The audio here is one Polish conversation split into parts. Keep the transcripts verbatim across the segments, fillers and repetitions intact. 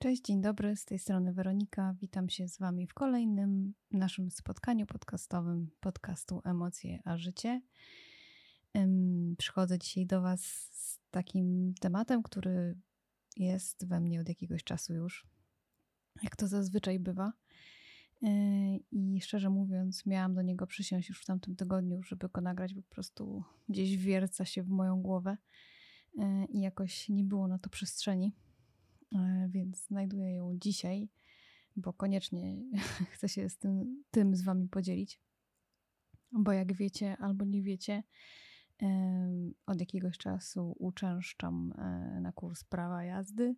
Cześć, dzień dobry, z tej strony Weronika. Witam się z Wami w kolejnym naszym spotkaniu podcastowym podcastu Emocje a Życie. Przychodzę dzisiaj do Was z takim tematem, który jest we mnie od jakiegoś czasu już, jak to zazwyczaj bywa. I szczerze mówiąc, miałam do niego przysiąść już w tamtym tygodniu, żeby go nagrać, po prostu gdzieś wierca się w moją głowę i jakoś nie było na to przestrzeni. Więc znajduję ją dzisiaj, bo koniecznie chcę się z tym, tym z Wami podzielić. Bo jak wiecie albo nie wiecie, od jakiegoś czasu uczęszczam na kurs prawa jazdy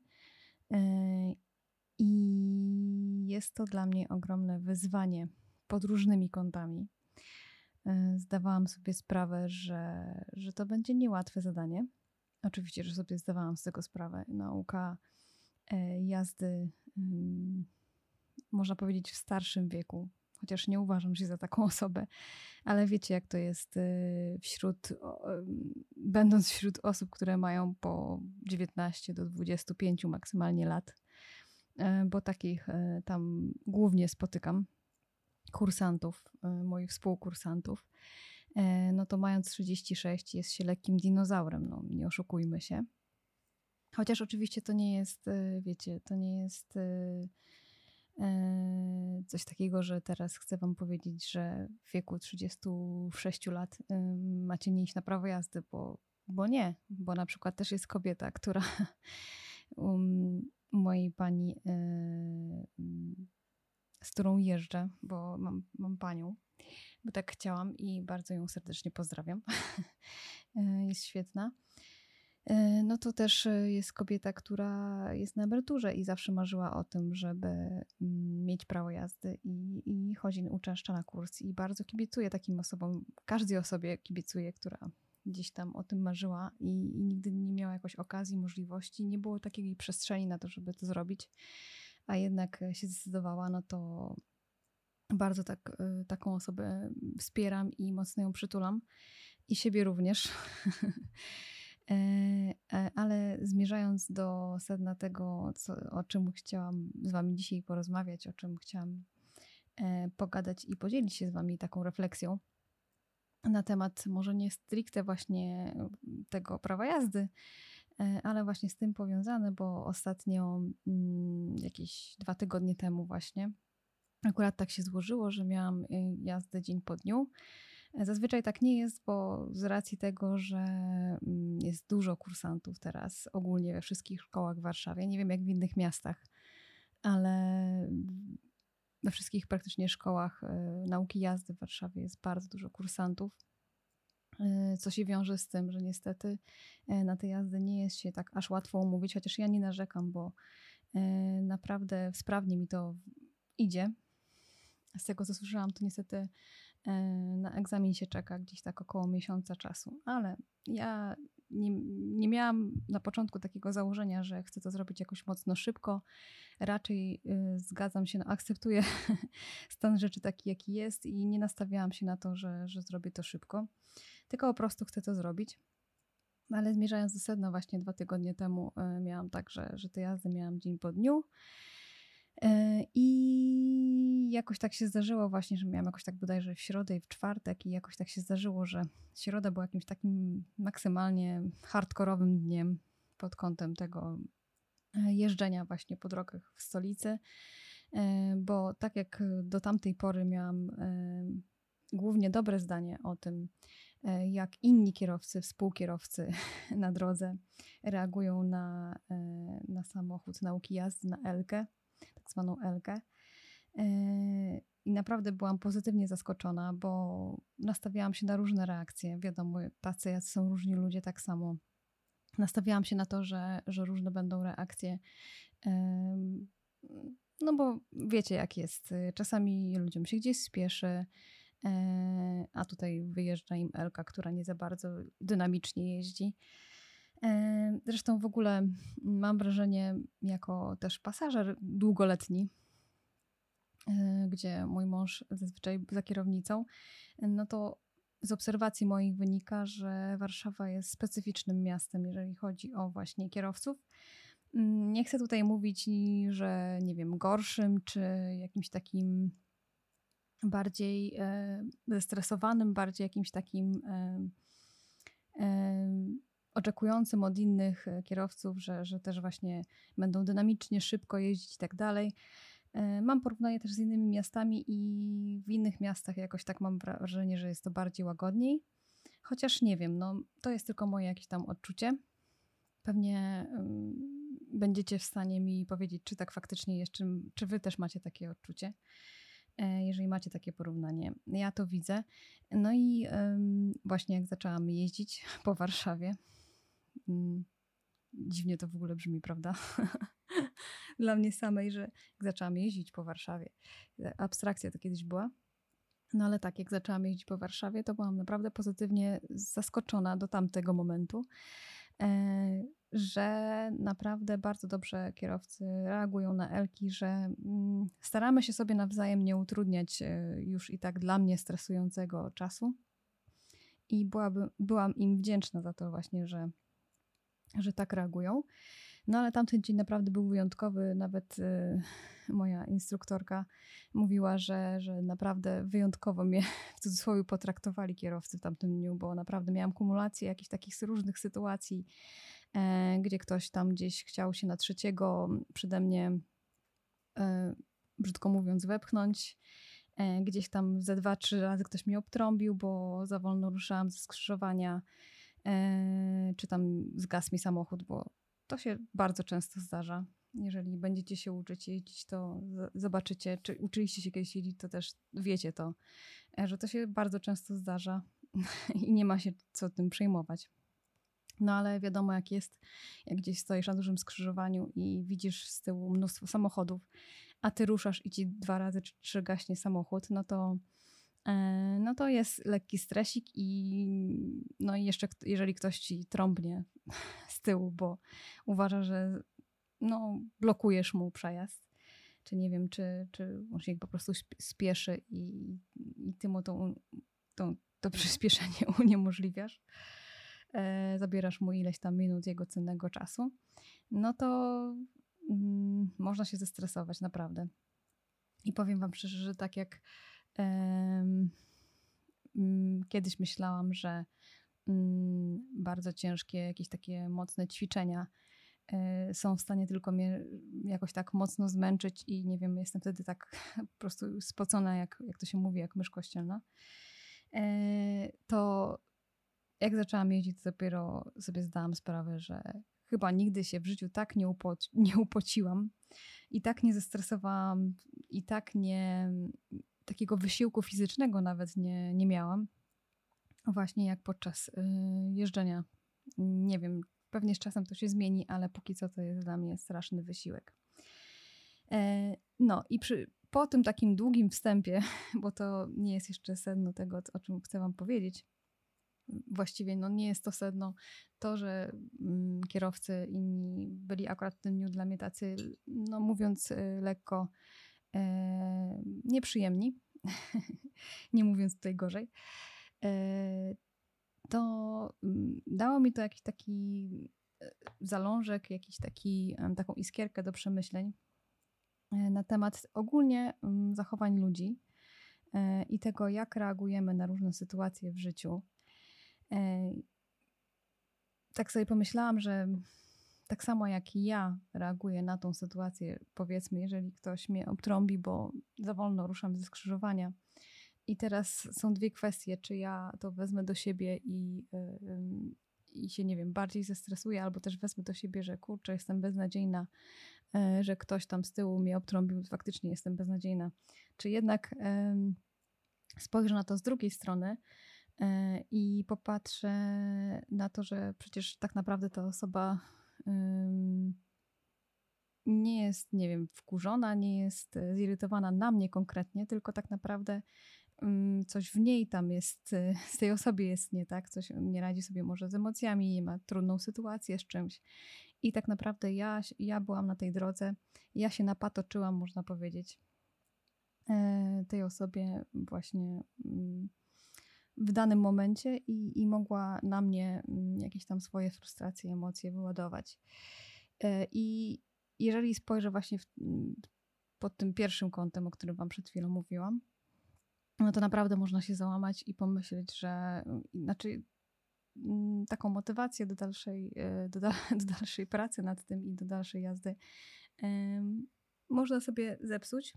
i jest to dla mnie ogromne wyzwanie pod różnymi kątami. Zdawałam sobie sprawę, że, że to będzie niełatwe zadanie. Oczywiście, że sobie zdawałam z tego sprawę. Nauka jazdy, można powiedzieć, w starszym wieku, chociaż nie uważam się za taką osobę, ale wiecie, jak to jest wśród, będąc wśród osób, które mają po dziewiętnaście do dwudziestu pięciu maksymalnie lat, bo takich tam głównie spotykam, kursantów, moich współkursantów, no to mając trzydzieści sześć jest się lekkim dinozaurem, no nie oszukujmy się. Chociaż oczywiście to nie jest, wiecie, to nie jest coś takiego, że teraz chcę Wam powiedzieć, że w wieku trzydziestu sześciu lat macie nie iść na prawo jazdy, bo, bo nie, bo na przykład też jest kobieta, która um, mojej pani, z którą jeżdżę, bo mam, mam panią, bo tak chciałam i bardzo ją serdecznie pozdrawiam, jest świetna. No to też jest kobieta, która jest na emeryturze i zawsze marzyła o tym, żeby mieć prawo jazdy i, i chodzi, uczęszcza na kurs i bardzo kibicuję takim osobom, każdej osobie kibicuję, która gdzieś tam o tym marzyła i, i nigdy nie miała jakoś okazji, możliwości, nie było takiej przestrzeni na to, żeby to zrobić, a jednak się zdecydowała, no to bardzo tak, taką osobę wspieram i mocno ją przytulam i siebie również. Ale zmierzając do sedna tego, co, o czym chciałam z Wami dzisiaj porozmawiać, o czym chciałam pogadać i podzielić się z Wami taką refleksją na temat może nie stricte właśnie tego prawa jazdy, ale właśnie z tym powiązane, bo ostatnio jakieś dwa tygodnie temu właśnie akurat tak się złożyło, że miałam jazdę dzień po dniu. Zazwyczaj tak nie jest, bo z racji tego, że jest dużo kursantów teraz ogólnie we wszystkich szkołach w Warszawie, nie wiem jak w innych miastach, ale we wszystkich praktycznie szkołach nauki jazdy w Warszawie jest bardzo dużo kursantów, co się wiąże z tym, że niestety na tę jazdę nie jest się tak aż łatwo umówić, chociaż ja nie narzekam, bo naprawdę sprawnie mi to idzie. Z tego co słyszałam, to niestety na egzamin się czeka gdzieś tak około miesiąca czasu, ale ja nie, nie miałam na początku takiego założenia, że chcę to zrobić jakoś mocno szybko. Raczej zgadzam się, no, akceptuję stan rzeczy taki, jaki jest i nie nastawiałam się na to, że, że zrobię to szybko, tylko po prostu chcę to zrobić. Ale zmierzając do sedna, właśnie dwa tygodnie temu miałam tak, że, że te jazdy miałam dzień po dniu. I jakoś tak się zdarzyło właśnie, że miałam jakoś tak bodajże w środę i w czwartek i jakoś tak się zdarzyło, że środa była jakimś takim maksymalnie hardkorowym dniem pod kątem tego jeżdżenia właśnie po drogach w stolicy, bo tak jak do tamtej pory miałam głównie dobre zdanie o tym, jak inni kierowcy, współkierowcy na drodze reagują na, na samochód nauki jazdy, na Elkę, tak zwaną Elkę. I naprawdę byłam pozytywnie zaskoczona, bo nastawiałam się na różne reakcje. Wiadomo, tacy jacy są różni ludzie, tak samo nastawiałam się na to, że, że różne będą reakcje. No bo wiecie jak jest. Czasami ludziom się gdzieś spieszy, a tutaj wyjeżdża im Elka, która nie za bardzo dynamicznie jeździ. Zresztą w ogóle mam wrażenie, jako też pasażer długoletni, gdzie mój mąż zazwyczaj za kierownicą, no to z obserwacji moich wynika, że Warszawa jest specyficznym miastem, jeżeli chodzi o właśnie kierowców. Nie chcę tutaj mówić, że nie wiem, gorszym, czy jakimś takim bardziej e, zestresowanym, bardziej jakimś takim e, e, oczekującym od innych kierowców, że, że też właśnie będą dynamicznie, szybko jeździć i tak dalej. E, mam porównanie też z innymi miastami i w innych miastach jakoś tak mam wrażenie, że jest to bardziej łagodniej. Chociaż nie wiem, no to jest tylko moje jakieś tam odczucie. Pewnie um, będziecie w stanie mi powiedzieć, czy tak faktycznie jest, czy, czy wy też macie takie odczucie, e, jeżeli macie takie porównanie. Ja to widzę. No i um, właśnie jak zaczęłam jeździć po Warszawie, um, dziwnie to w ogóle brzmi, prawda? Dla mnie samej, że jak zaczęłam jeździć po Warszawie, abstrakcja to kiedyś była, no ale tak, jak zaczęłam jeździć po Warszawie, to byłam naprawdę pozytywnie zaskoczona do tamtego momentu, e, że naprawdę bardzo dobrze kierowcy reagują na Elki, że mm, staramy się sobie nawzajem nie utrudniać e, już i tak dla mnie stresującego czasu. I byłabym, byłam im wdzięczna za to właśnie, że, że tak reagują. No ale tamten dzień naprawdę był wyjątkowy. Nawet y, moja instruktorka mówiła, że, że naprawdę wyjątkowo mnie w cudzysłowie potraktowali kierowcy w tamtym dniu, bo naprawdę miałam kumulację jakichś takich różnych sytuacji, e, gdzie ktoś tam gdzieś chciał się na trzeciego przede mnie, e, brzydko mówiąc, wepchnąć. E, gdzieś tam ze dwa, trzy razy ktoś mnie obtrąbił, bo za wolno ruszałam ze skrzyżowania, e, czy tam zgasł mi samochód, bo to się bardzo często zdarza. Jeżeli będziecie się uczyć jeździć, to zobaczycie, czy uczyliście się kiedyś jeździć, to też wiecie to, że to się bardzo często zdarza i nie ma się co tym przejmować. No ale wiadomo jak jest, jak gdzieś stoisz na dużym skrzyżowaniu i widzisz z tyłu mnóstwo samochodów, a ty ruszasz i ci dwa razy czy trzy gaśnie samochód, no to no to jest lekki stresik i no i jeszcze jeżeli ktoś ci trąbnie z tyłu, bo uważa, że no, blokujesz mu przejazd, czy nie wiem, czy, czy on się po prostu spieszy i, i ty mu tą, tą, to przyspieszenie uniemożliwiasz, e, zabierasz mu ileś tam minut jego cennego czasu, no to mm, można się zestresować, naprawdę. I powiem wam szczerze, że tak jak um, um, kiedyś myślałam, że um, bardzo ciężkie, jakieś takie mocne ćwiczenia są w stanie tylko mnie jakoś tak mocno zmęczyć i nie wiem, jestem wtedy tak po prostu spocona, jak, jak to się mówi, jak mysz kościelna. To jak zaczęłam jeździć, to dopiero sobie zdałam sprawę, że chyba nigdy się w życiu tak nie, upo- nie upociłam i tak nie zestresowałam i tak nie, takiego wysiłku fizycznego nawet nie, nie miałam, właśnie jak podczas jeżdżenia. Nie wiem, pewnie z czasem to się zmieni, ale póki co to jest dla mnie straszny wysiłek. No i przy, po tym takim długim wstępie, bo to nie jest jeszcze sedno tego, o czym chcę wam powiedzieć, właściwie no nie jest to sedno, to, że mm, kierowcy inni byli akurat w tym dniu dla mnie tacy, no mówiąc y, lekko, e, nieprzyjemni, nie mówiąc tutaj gorzej, e, to dało mi to jakiś taki zalążek, jakiś taki, taką iskierkę do przemyśleń na temat ogólnie zachowań ludzi i tego, jak reagujemy na różne sytuacje w życiu. Tak sobie pomyślałam, że tak samo jak ja reaguję na tą sytuację, powiedzmy, jeżeli ktoś mnie obtrąbi, bo za wolno ruszam ze skrzyżowania, i teraz są dwie kwestie, czy ja to wezmę do siebie i, yy, i się, nie wiem, bardziej zestresuję, albo też wezmę do siebie, że kurczę, jestem beznadziejna, yy, że ktoś tam z tyłu mnie obtrąbił, faktycznie jestem beznadziejna. Czy jednak yy, spojrzę na to z drugiej strony yy, i popatrzę na to, że przecież tak naprawdę ta osoba yy, nie jest, nie wiem, wkurzona, nie jest zirytowana na mnie konkretnie, tylko tak naprawdę coś w niej tam jest, z tej osobie jest nie tak, coś nie radzi sobie może z emocjami, ma trudną sytuację z czymś. I tak naprawdę ja, ja byłam na tej drodze, ja się napatoczyłam, można powiedzieć, tej osobie właśnie w danym momencie i, i mogła na mnie jakieś tam swoje frustracje, emocje wyładować. I jeżeli spojrzę właśnie w, pod tym pierwszym kątem, o którym wam przed chwilą mówiłam, no to naprawdę można się załamać i pomyśleć, że znaczy taką motywację do dalszej, do, da, do dalszej pracy nad tym i do dalszej jazdy um, można sobie zepsuć.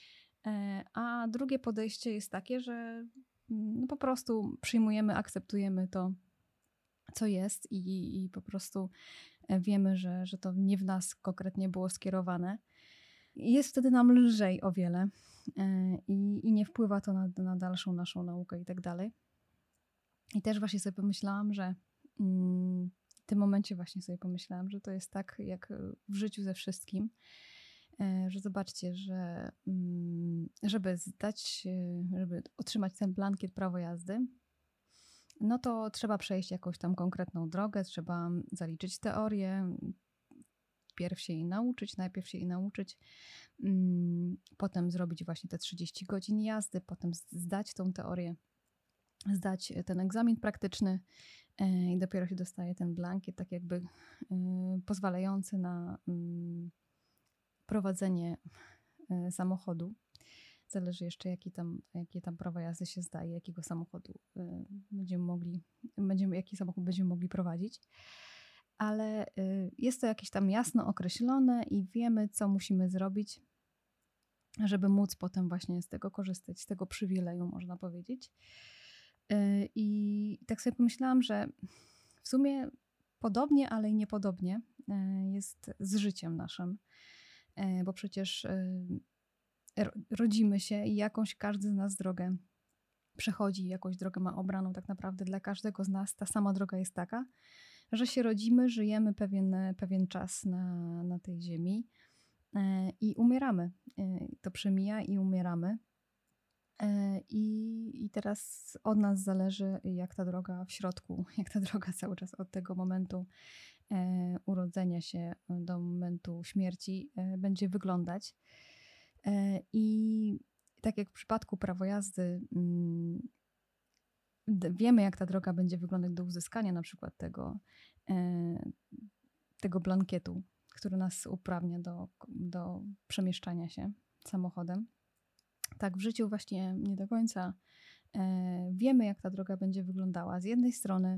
A drugie podejście jest takie, że no po prostu przyjmujemy, akceptujemy to, co jest i, i po prostu wiemy, że, że to nie w nas konkretnie było skierowane. Jest wtedy nam lżej o wiele i, i nie wpływa to na, na dalszą naszą naukę i tak dalej. I też właśnie sobie pomyślałam, że mm, w tym momencie właśnie sobie pomyślałam, że to jest tak jak w życiu ze wszystkim, że zobaczcie, że mm, żeby zdać, żeby otrzymać ten blankiet prawo jazdy, no to trzeba przejść jakąś tam konkretną drogę, trzeba zaliczyć teorię, pierw się jej nauczyć, najpierw się jej nauczyć, mm, potem zrobić właśnie te trzydzieści godzin jazdy, potem zdać tą teorię, zdać ten egzamin praktyczny i dopiero się dostaje ten blankiet, tak jakby y, pozwalający na y, prowadzenie y, samochodu. Zależy jeszcze, jaki tam, jakie tam prawo jazdy się zdaje, jakiego samochodu y, będziemy mogli, będziemy, jaki samochód będziemy mogli prowadzić. Ale y, jest to jakieś tam jasno określone i wiemy, co musimy zrobić, żeby móc potem właśnie z tego korzystać, z tego przywileju, można powiedzieć. Y, I tak sobie pomyślałam, że w sumie podobnie, ale i niepodobnie y, jest z życiem naszym, y, bo przecież y, rodzimy się i jakąś każdy z nas drogę przechodzi, jakąś drogę ma obraną. Tak naprawdę dla każdego z nas ta sama droga jest taka, że się rodzimy, żyjemy pewien, pewien czas na, na tej ziemi e, i umieramy. E, to przemija i umieramy. E, i, I teraz od nas zależy, jak ta droga w środku, jak ta droga cały czas od tego momentu e, urodzenia się do momentu śmierci e, będzie wyglądać. I tak jak w przypadku prawa jazdy wiemy, jak ta droga będzie wyglądać do uzyskania na przykład tego, tego blankietu, który nas uprawnia do, do przemieszczania się samochodem. Tak w życiu właśnie nie do końca wiemy, jak ta droga będzie wyglądała. Z jednej strony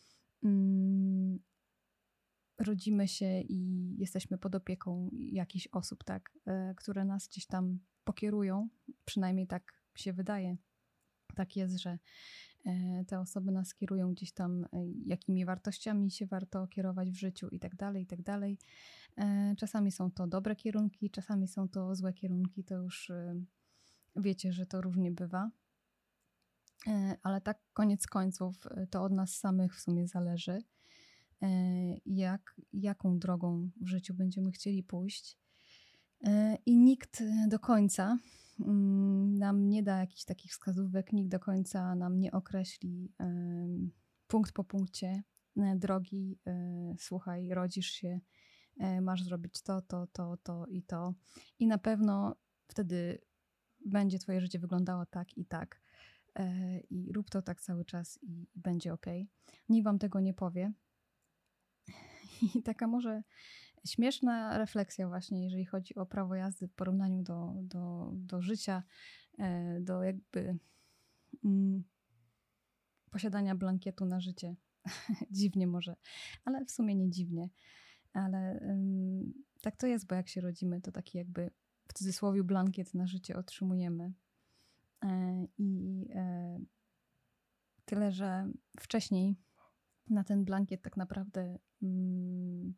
rodzimy się i jesteśmy pod opieką jakichś osób, tak, które nas gdzieś tam pokierują, przynajmniej tak się wydaje. Tak jest, że te osoby nas kierują gdzieś tam, jakimi wartościami się warto kierować w życiu i tak dalej, i tak dalej. Czasami są to dobre kierunki, czasami są to złe kierunki, to już wiecie, że to różnie bywa. Ale tak koniec końców to od nas samych w sumie zależy, jak, jaką drogą w życiu będziemy chcieli pójść. I nikt do końca nam nie da jakichś takich wskazówek, nikt do końca nam nie określi punkt po punkcie drogi. Słuchaj, rodzisz się, masz zrobić to, to, to, to i to. I na pewno wtedy będzie twoje życie wyglądało tak i tak. I rób to tak cały czas i będzie okej. Nikt wam tego nie powie. I taka może śmieszna refleksja właśnie, jeżeli chodzi o prawo jazdy w porównaniu do, do, do życia, do jakby mm, posiadania blankietu na życie. Dziwnie może, ale w sumie nie dziwnie. Ale ym, tak to jest, bo jak się rodzimy, to taki jakby w cudzysłowie blankiet na życie otrzymujemy. E, I e, tyle, że wcześniej na ten blankiet tak naprawdę mm,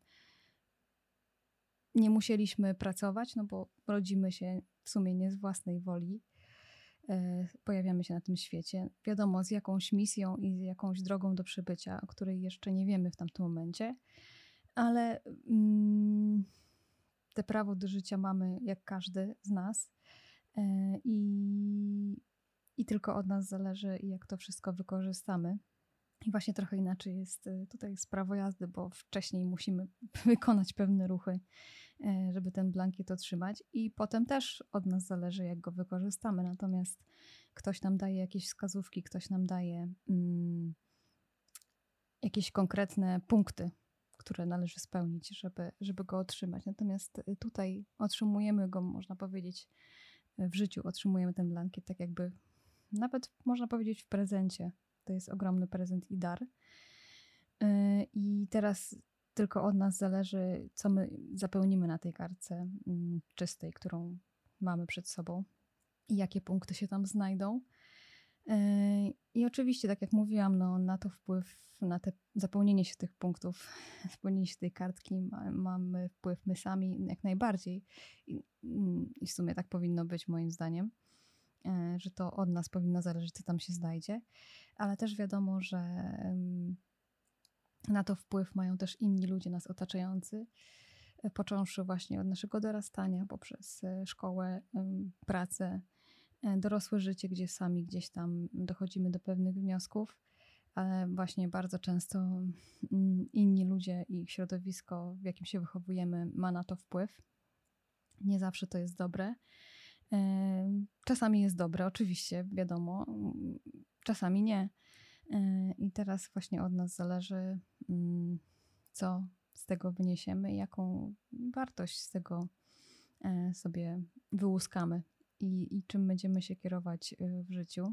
nie musieliśmy pracować, no bo rodzimy się w sumie nie z własnej woli. E, pojawiamy się na tym świecie. Wiadomo, z jakąś misją i z jakąś drogą do przybycia, o której jeszcze nie wiemy w tamtym momencie, ale mm, te prawo do życia mamy jak każdy z nas e, i, i tylko od nas zależy, jak to wszystko wykorzystamy. I właśnie trochę inaczej jest tutaj z prawo jazdy, bo wcześniej musimy wykonać pewne ruchy, żeby ten blankiet otrzymać i potem też od nas zależy, jak go wykorzystamy. Natomiast ktoś nam daje jakieś wskazówki, ktoś nam daje mm, jakieś konkretne punkty, które należy spełnić, żeby, żeby go otrzymać. Natomiast tutaj otrzymujemy go, można powiedzieć, w życiu, otrzymujemy ten blankiet tak jakby, nawet można powiedzieć w prezencie. To jest ogromny prezent i dar. I teraz tylko od nas zależy, co my zapełnimy na tej kartce czystej, którą mamy przed sobą i jakie punkty się tam znajdą. I oczywiście, tak jak mówiłam, no, na to wpływ, na te zapełnienie się tych punktów, zapełnienie się tej kartki ma, mamy wpływ my sami jak najbardziej. I, I w sumie tak powinno być moim zdaniem, że to od nas powinno zależeć, co tam się znajdzie. Ale też wiadomo, że na to wpływ mają też inni ludzie nas otaczający, począwszy właśnie od naszego dorastania, poprzez szkołę, pracę, dorosłe życie, gdzie sami gdzieś tam dochodzimy do pewnych wniosków, ale właśnie bardzo często inni ludzie i środowisko, w jakim się wychowujemy, ma na to wpływ. Nie zawsze to jest dobre. Czasami jest dobre, oczywiście, wiadomo, czasami nie. I teraz właśnie od nas zależy, co z tego wyniesiemy, jaką wartość z tego sobie wyłuskamy i, i czym będziemy się kierować w życiu.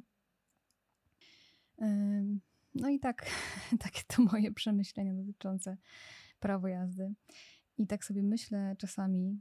No i tak, takie to moje przemyślenia dotyczące prawa jazdy. I tak sobie myślę czasami,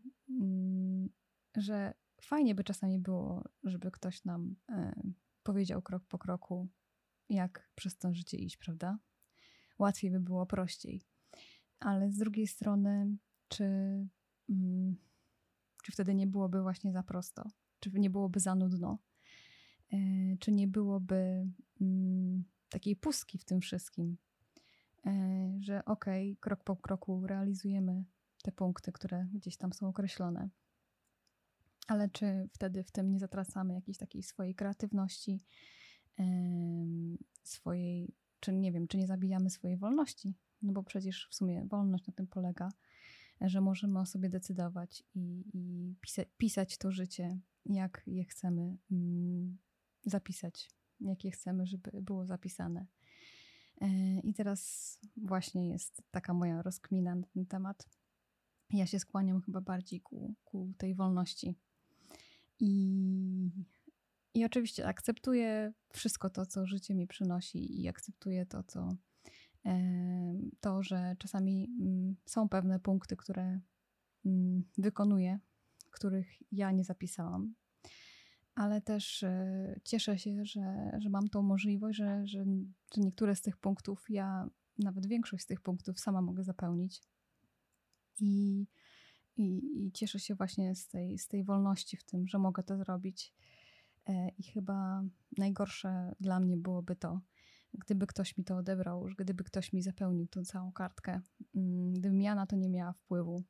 że fajnie by czasami było, żeby ktoś nam powiedział krok po kroku, jak przez to życie iść, prawda? Łatwiej by było, prościej. Ale z drugiej strony, czy, mm, czy wtedy nie byłoby właśnie za prosto? Czy nie byłoby za nudno? Yy, czy nie byłoby mm, takiej pustki w tym wszystkim? Yy, że okej, okay, krok po kroku realizujemy te punkty, które gdzieś tam są określone. Ale czy wtedy w tym nie zatracamy jakiejś takiej swojej kreatywności, yy, swojej, czy nie wiem, czy nie zabijamy swojej wolności? No bo przecież w sumie wolność na tym polega, że możemy o sobie decydować i, i pisa- pisać to życie, jak je chcemy mm, zapisać, jak je chcemy, żeby było zapisane. Yy, I teraz właśnie jest taka moja rozkmina na ten temat. Ja się skłaniam chyba bardziej ku, ku tej wolności. I, I oczywiście akceptuję wszystko to, co życie mi przynosi i akceptuję to, co to, że czasami są pewne punkty, które wykonuję, których ja nie zapisałam, ale też cieszę się, że, że mam tą możliwość, że, że, że niektóre z tych punktów, ja nawet większość z tych punktów sama mogę zapełnić i, i, i cieszę się właśnie z tej, z tej wolności w tym, że mogę to zrobić i chyba najgorsze dla mnie byłoby to, gdyby ktoś mi to odebrał, gdyby ktoś mi zapełnił tą całą kartkę, gdybym ja na to nie miała wpływu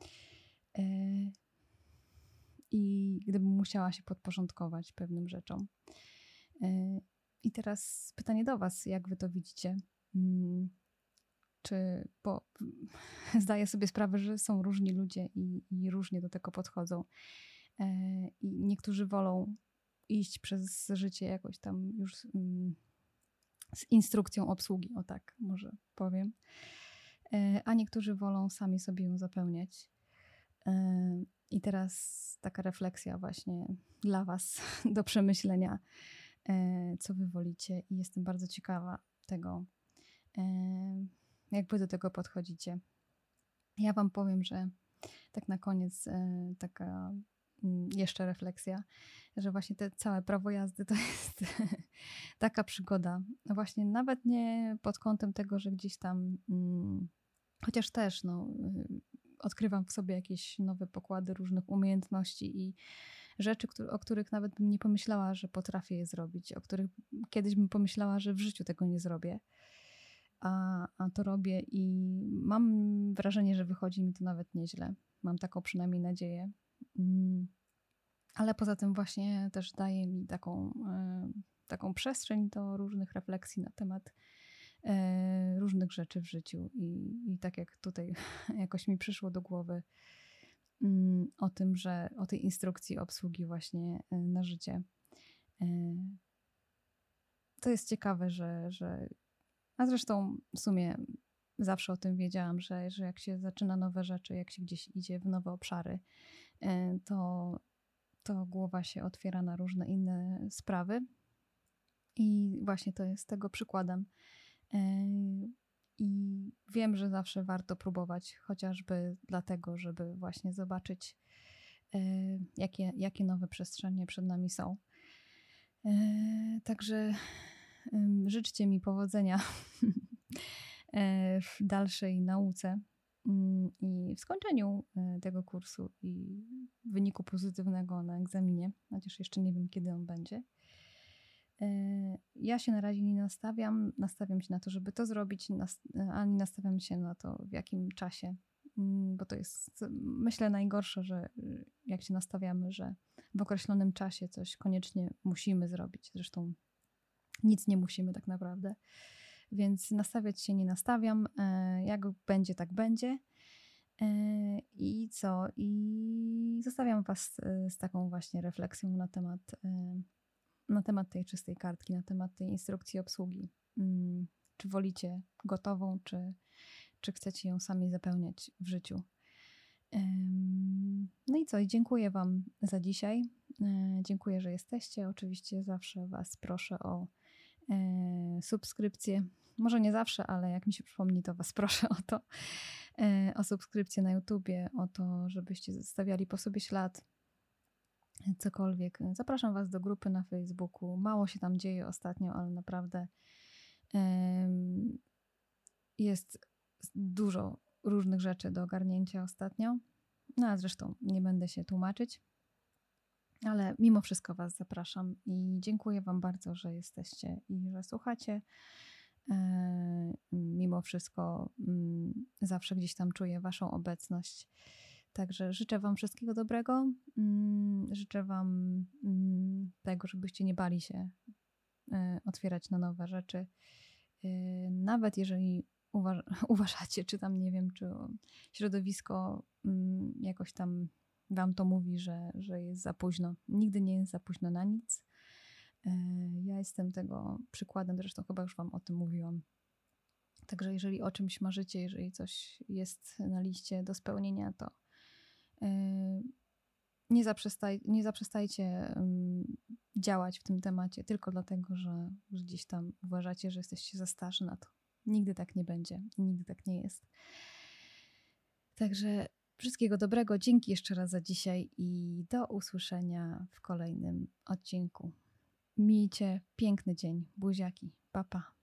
i gdybym musiała się podporządkować pewnym rzeczom. I teraz pytanie do was, jak wy to widzicie? Czy, bo zdaję sobie sprawę, że są różni ludzie i, i różnie do tego podchodzą. I niektórzy wolą iść przez życie jakoś tam już z instrukcją obsługi, o tak może powiem. A niektórzy wolą sami sobie ją zapełniać. I teraz taka refleksja właśnie dla was do przemyślenia, co wy wolicie i jestem bardzo ciekawa tego, jak wy do tego podchodzicie. Ja wam powiem, że tak na koniec taka jeszcze refleksja, że właśnie te całe prawo jazdy to jest taka przygoda. Właśnie nawet nie pod kątem tego, że gdzieś tam, hmm, chociaż też no, odkrywam w sobie jakieś nowe pokłady różnych umiejętności i rzeczy, który, o których nawet bym nie pomyślała, że potrafię je zrobić, o których kiedyś bym pomyślała, że w życiu tego nie zrobię. A, a to robię i mam wrażenie, że wychodzi mi to nawet nieźle. Mam taką przynajmniej nadzieję. Mm. Ale poza tym właśnie też daje mi taką, y, taką przestrzeń do różnych refleksji na temat y, różnych rzeczy w życiu. I, i tak jak tutaj jakoś mi przyszło do głowy y, o tym, że o tej instrukcji obsługi właśnie y, na życie. Y, to jest ciekawe, że, że a zresztą w sumie zawsze o tym wiedziałam, że, że jak się zaczyna nowe rzeczy, jak się gdzieś idzie w nowe obszary, to, to głowa się otwiera na różne inne sprawy. I właśnie to jest tego przykładem. I wiem, że zawsze warto próbować, chociażby dlatego, żeby właśnie zobaczyć, jakie, jakie nowe przestrzenie przed nami są. Także życzcie mi powodzenia w dalszej nauce i w skończeniu tego kursu i wyniku pozytywnego na egzaminie, chociaż jeszcze nie wiem, kiedy on będzie. Ja się na razie nie nastawiam, nastawiam się na to, żeby to zrobić, ani nastawiam się na to, w jakim czasie, bo to jest, myślę, najgorsze, że jak się nastawiamy, że w określonym czasie coś koniecznie musimy zrobić. Zresztą nic nie musimy tak naprawdę, więc nastawiać się nie nastawiam. Jak będzie, tak będzie. I co? I zostawiam was z taką właśnie refleksją na temat na temat tej czystej kartki, na temat tej instrukcji obsługi. Czy wolicie gotową, czy, czy chcecie ją sami zapełniać w życiu. No i co? I dziękuję wam za dzisiaj. Dziękuję, że jesteście. Oczywiście zawsze was proszę o subskrypcję. Może nie zawsze, ale jak mi się przypomni, to was proszę o to. O subskrypcję na YouTubie, o to, żebyście zostawiali po sobie ślad, cokolwiek. Zapraszam was do grupy na Facebooku. Mało się tam dzieje ostatnio, ale naprawdę um, jest dużo różnych rzeczy do ogarnięcia ostatnio. No a zresztą nie będę się tłumaczyć, ale mimo wszystko was zapraszam i dziękuję wam bardzo, że jesteście i że słuchacie. E, mimo wszystko m, zawsze gdzieś tam czuję waszą obecność. Także życzę wam wszystkiego dobrego. Życzę wam tego, żebyście nie bali się otwierać na nowe rzeczy. Nawet jeżeli uważ- uważacie, czy tam, nie wiem, czy środowisko jakoś tam wam to mówi, że, że jest za późno. Nigdy nie jest za późno na nic. Ja jestem tego przykładem, zresztą chyba już wam o tym mówiłam. Także jeżeli o czymś marzycie, jeżeli coś jest na liście do spełnienia, to Nie, zaprzestaj, nie zaprzestajcie um, działać w tym temacie tylko dlatego, że gdzieś tam uważacie, że jesteście za starzy na to. Nigdy tak nie będzie i nigdy tak nie jest. Także wszystkiego dobrego. Dzięki jeszcze raz za dzisiaj i do usłyszenia w kolejnym odcinku. Miejcie piękny dzień. Buziaki. Pa, pa.